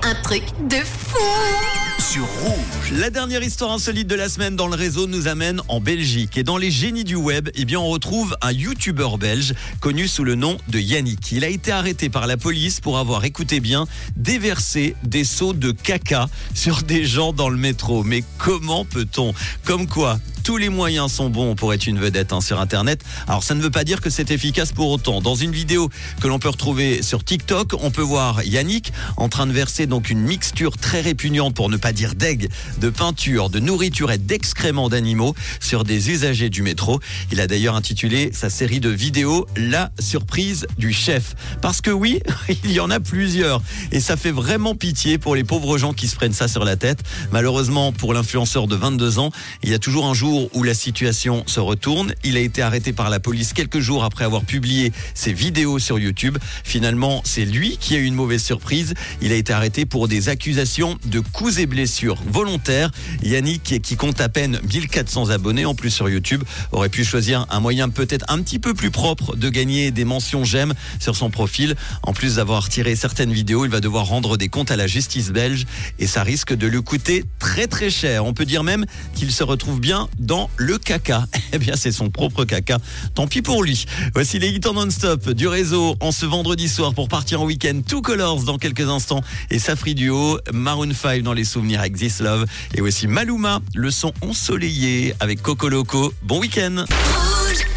un truc de fou. Sur Rouge. La dernière histoire insolite de la semaine dans le réseau nous amène en Belgique. Et dans les génies du web, on retrouve un youtubeur belge connu sous le nom de Yannick. Il a été arrêté par la police pour avoir, écoutez bien, déversé des seaux de caca sur des gens dans le métro. Mais comment peut-on? Comme quoi, tous les moyens sont bons pour être une vedette sur Internet. Alors ça ne veut pas dire que c'est efficace pour autant. Dans une vidéo que l'on peut retrouver sur TikTok, on peut voir Yannick en train de verser donc une mixture très répugnante, pour ne pas dire deg, de peinture, de nourriture et d'excréments d'animaux sur des usagers du métro. Il a d'ailleurs intitulé sa série de vidéos « La surprise du chef ». Parce que oui, il y en a plusieurs. Et ça fait vraiment pitié pour les pauvres gens qui se prennent ça sur la tête. Malheureusement, pour l'influenceur de 22 ans, il y a toujours un jour où la situation se retourne. Il a été arrêté par la police quelques jours après avoir publié ses vidéos sur YouTube. Finalement, c'est lui qui a eu une mauvaise surprise. Il a été arrêté pour des accusations de coups et blessures volontaires. Yannick, qui compte à peine 1400 abonnés en plus sur YouTube, aurait pu choisir un moyen peut-être un petit peu plus propre de gagner des mentions j'aime sur son profil. En plus d'avoir retiré certaines vidéos, il va devoir rendre des comptes à la justice belge et ça risque de lui coûter très très cher. On peut dire même qu'il se retrouve bien dans le caca. Eh bien, c'est son propre caca. Tant pis pour lui. Voici les hits en non-stop du réseau en ce vendredi soir pour partir en week-end. Two Colors dans quelques instants et Safri Duo, Maroon 5 dans les souvenirs avec This Love et aussi Maluma, le son ensoleillé avec Coco Loco. Bon week-end. Rouge.